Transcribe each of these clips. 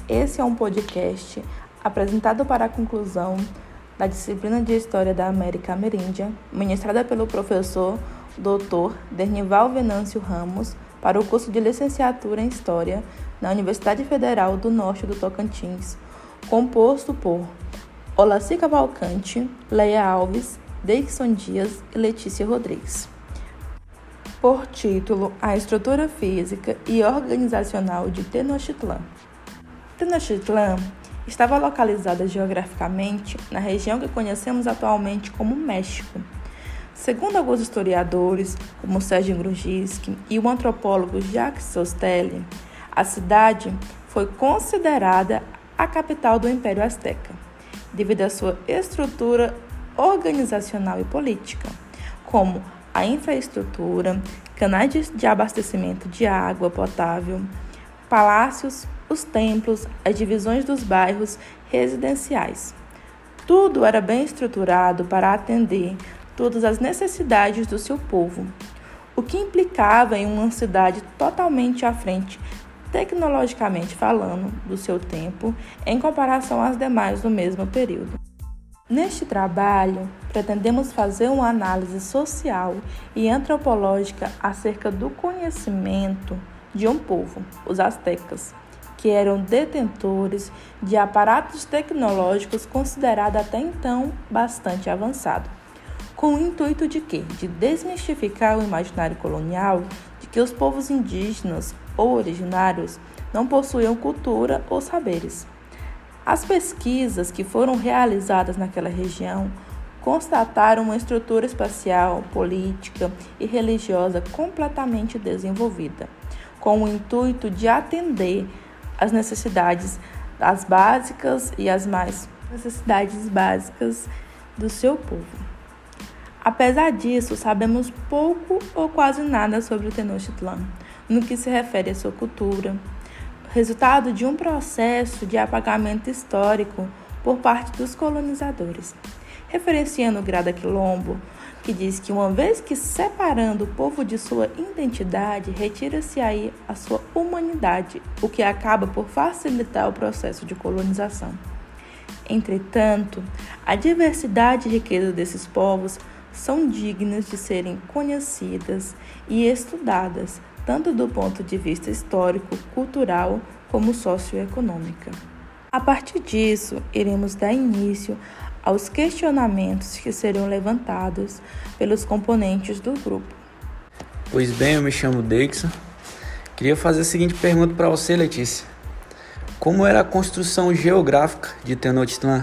Esse é um podcast apresentado para a conclusão da disciplina de História da América Ameríndia, ministrada pelo professor Dr. Dernival Venâncio Ramos, para o curso de Licenciatura em História na Universidade Federal do Norte do Tocantins, composto por Olaci Cavalcante, Leia Alves, Deikson Dias e Letícia Rodrigues. Por título, A Estrutura Física e Organizacional de Tenochtitlan. Tenochtitlan estava localizada geograficamente na região que conhecemos atualmente como México. Segundo alguns historiadores, como Sergio Grudzinski e o antropólogo Jacques Sostelli, a cidade foi considerada a capital do Império Azteca, devido à sua estrutura organizacional e política, como a infraestrutura, canais de abastecimento de água potável, palácios, os templos, as divisões dos bairros residenciais. Tudo era bem estruturado para atender todas as necessidades do seu povo, o que implicava em uma cidade totalmente à frente, tecnologicamente falando, do seu tempo, em comparação às demais do mesmo período. Neste trabalho, pretendemos fazer uma análise social e antropológica acerca do conhecimento de um povo, os aztecas, que eram detentores de aparatos tecnológicos considerados até então bastante avançados, com o intuito de quê? De desmistificar o imaginário colonial de que os povos indígenas ou originários não possuíam cultura ou saberes. As pesquisas que foram realizadas naquela região constataram uma estrutura espacial, política e religiosa completamente desenvolvida, com o intuito de atender às necessidades as básicas e as mais necessidades básicas do seu povo. Apesar disso, sabemos pouco ou quase nada sobre o Tenochtitlan, no que se refere à sua cultura, resultado de um processo de apagamento histórico por parte dos colonizadores. Referenciando o Grada Quilombo, que diz que uma vez que separando o povo de sua identidade, retira-se aí a sua humanidade, o que acaba por facilitar o processo de colonização. Entretanto, a diversidade e riqueza desses povos são dignas de serem conhecidas e estudadas, tanto do ponto de vista histórico, cultural, como socioeconômica. A partir disso, iremos dar início aos questionamentos que serão levantados pelos componentes do grupo. Pois bem, eu me chamo Deikson. Queria fazer a seguinte pergunta para você, Letícia. Como era a construção geográfica de Tenochtitlan?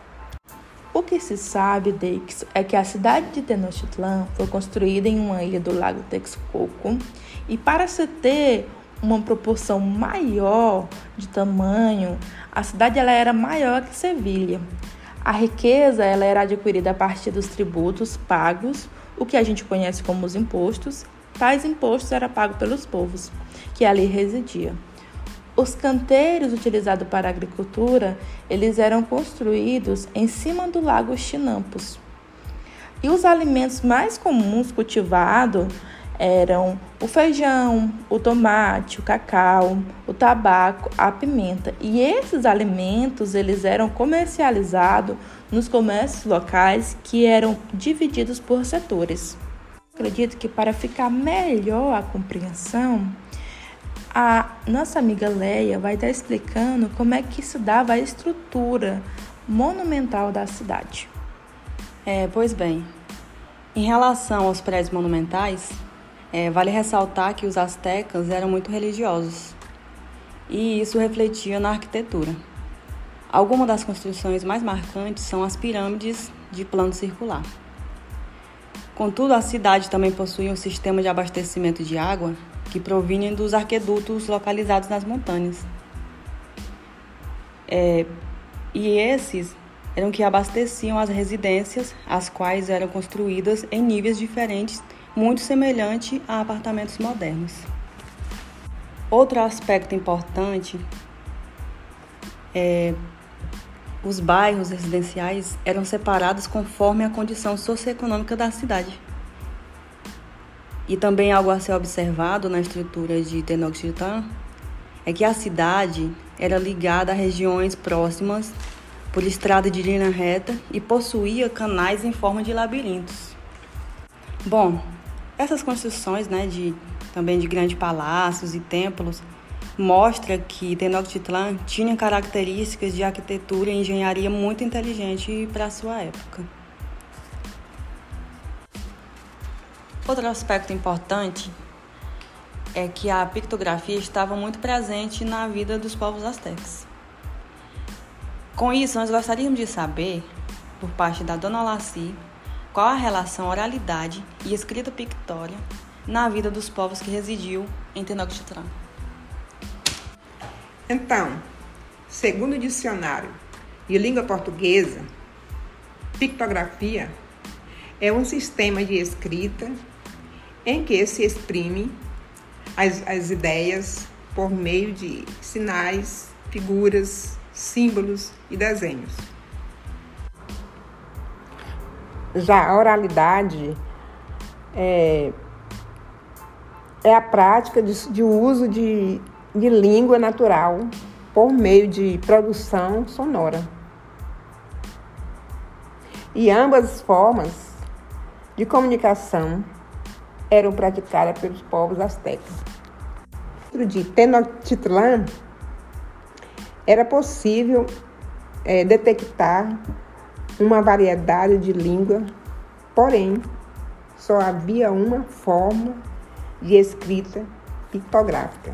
O que se sabe, Deikson, é que a cidade de Tenochtitlan foi construída em uma ilha do lago Texcoco e para se ter uma proporção maior de tamanho, a cidade ela era maior que Sevilha. A riqueza ela era adquirida a partir dos tributos pagos, o que a gente conhece como os impostos. Tais impostos eram pagos pelos povos que ali residiam. Os canteiros utilizados para a agricultura, eles eram construídos em cima do lago Chinhampus. E os alimentos mais comuns cultivados eram o feijão, o tomate, o cacau, o tabaco, a pimenta. E esses alimentos, eles eram comercializados nos comércios locais que eram divididos por setores. Acredito que para ficar melhor a compreensão, a nossa amiga Leia vai estar explicando como é que se dava a estrutura monumental da cidade. Pois bem, em relação aos prédios monumentais, vale ressaltar que os astecas eram muito religiosos e isso refletia na arquitetura. Algumas das construções mais marcantes são as pirâmides de plano circular. Contudo, a cidade também possuía um sistema de abastecimento de água que provinha dos aquedutos localizados nas montanhas. E esses eram que abasteciam as residências, as quais eram construídas em níveis diferentes, muito semelhante a apartamentos modernos. Outro aspecto importante os bairros residenciais eram separados conforme a condição socioeconômica da cidade. E também algo a ser observado na estrutura de Tenochtitlan é que a cidade era ligada a regiões próximas por estrada de linha reta e possuía canais em forma de labirintos. Bom, essas construções, também de grandes palácios e templos, mostra que Tenochtitlan tinha características de arquitetura e engenharia muito inteligente para a sua época. Outro aspecto importante é que a pictografia estava muito presente na vida dos povos astecas. Com isso, nós gostaríamos de saber, por parte da Dona Olaci, qual a relação oralidade e escrita pictória na vida dos povos que residiu em Tenochtitlan. Então, segundo o dicionário de língua portuguesa, pictografia é um sistema de escrita em que se exprime as ideias por meio de sinais, figuras, símbolos e desenhos. Já a oralidade é a prática de uso de língua natural por meio de produção sonora. E ambas as formas de comunicação eram praticadas pelos povos astecas. Dentro de Tenochtitlan, era possível detectar uma variedade de língua, porém, só havia uma forma de escrita pictográfica.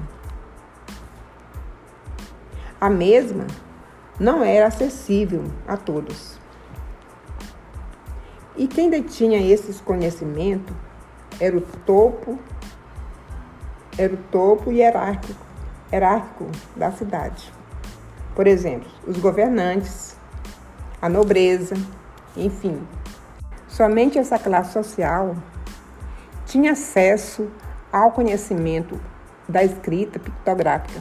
A mesma não era acessível a todos. E quem detinha esses conhecimentos era o topo hierárquico da cidade. Por exemplo, os governantes, a nobreza, enfim. Somente essa classe social tinha acesso ao conhecimento da escrita pictográfica.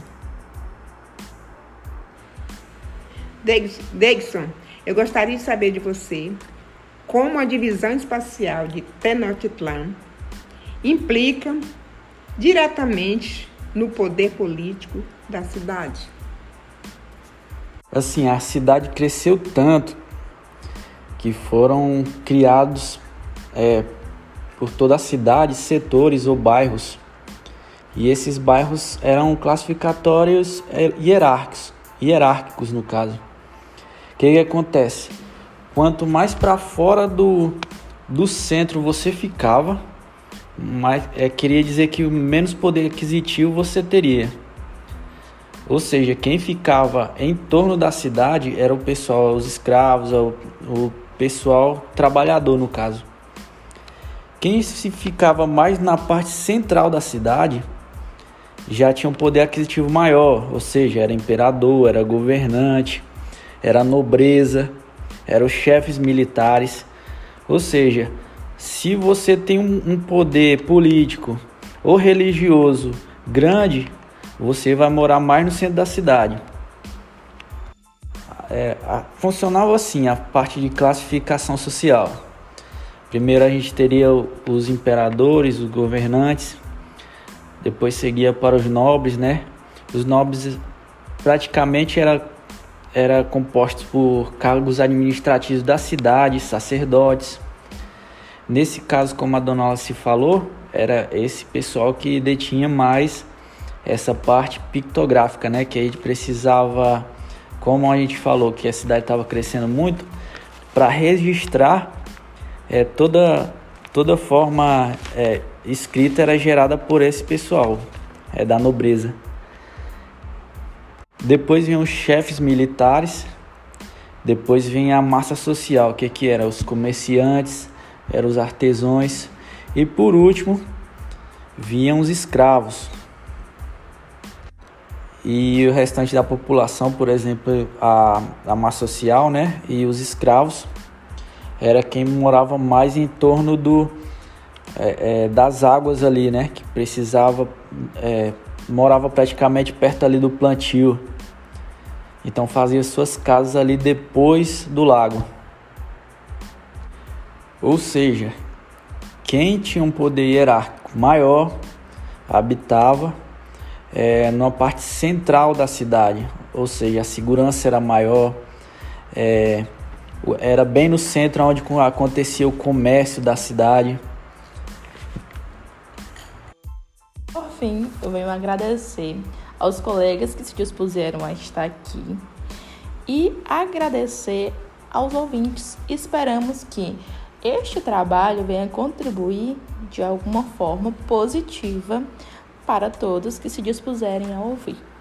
Degson, eu gostaria de saber de você como a divisão espacial de Tenochtitlan implica diretamente no poder político da cidade. Assim, a cidade cresceu tanto que foram criados por toda a cidade setores ou bairros. E esses bairros eram classificatórios hierárquicos no caso. O que acontece? Quanto mais para fora do centro você ficava, queria dizer que menos poder aquisitivo você teria. Ou seja, quem ficava em torno da cidade era o pessoal, os escravos, o pessoal trabalhador no caso. Quem se ficava mais na parte central da cidade já tinha um poder aquisitivo maior, ou seja, era imperador, era governante, era nobreza, eram os chefes militares. Ou seja, se você tem um poder político ou religioso grande, você vai morar mais no centro da cidade. Funcionava assim a parte de classificação social. Primeiro a gente teria os imperadores, os governantes, depois seguia para os nobres, Os nobres praticamente era compostos por cargos administrativos da cidade, sacerdotes. Nesse caso, como a Dona Olaci falou, era esse pessoal que detinha mais essa parte pictográfica, que a gente precisava, como a gente falou, que a cidade estava crescendo muito, para registrar toda forma escrita era gerada por esse pessoal, da nobreza. Depois vinham os chefes militares, depois vinha a massa social, que era os comerciantes, eram os artesãos, e por último vinham os escravos. E o restante da população, por exemplo, a massa social, e os escravos, era quem morava mais em torno das águas ali, que precisava, morava praticamente perto ali do plantio. Então fazia suas casas ali depois do lago. Ou seja, quem tinha um poder hierárquico maior habitava numa parte central da cidade, ou seja, a segurança era maior, era bem no centro onde acontecia o comércio da cidade. Por fim, eu venho agradecer aos colegas que se dispuseram a estar aqui e agradecer aos ouvintes. Esperamos que este trabalho venha contribuir de alguma forma positiva para todos que se dispuserem a ouvir.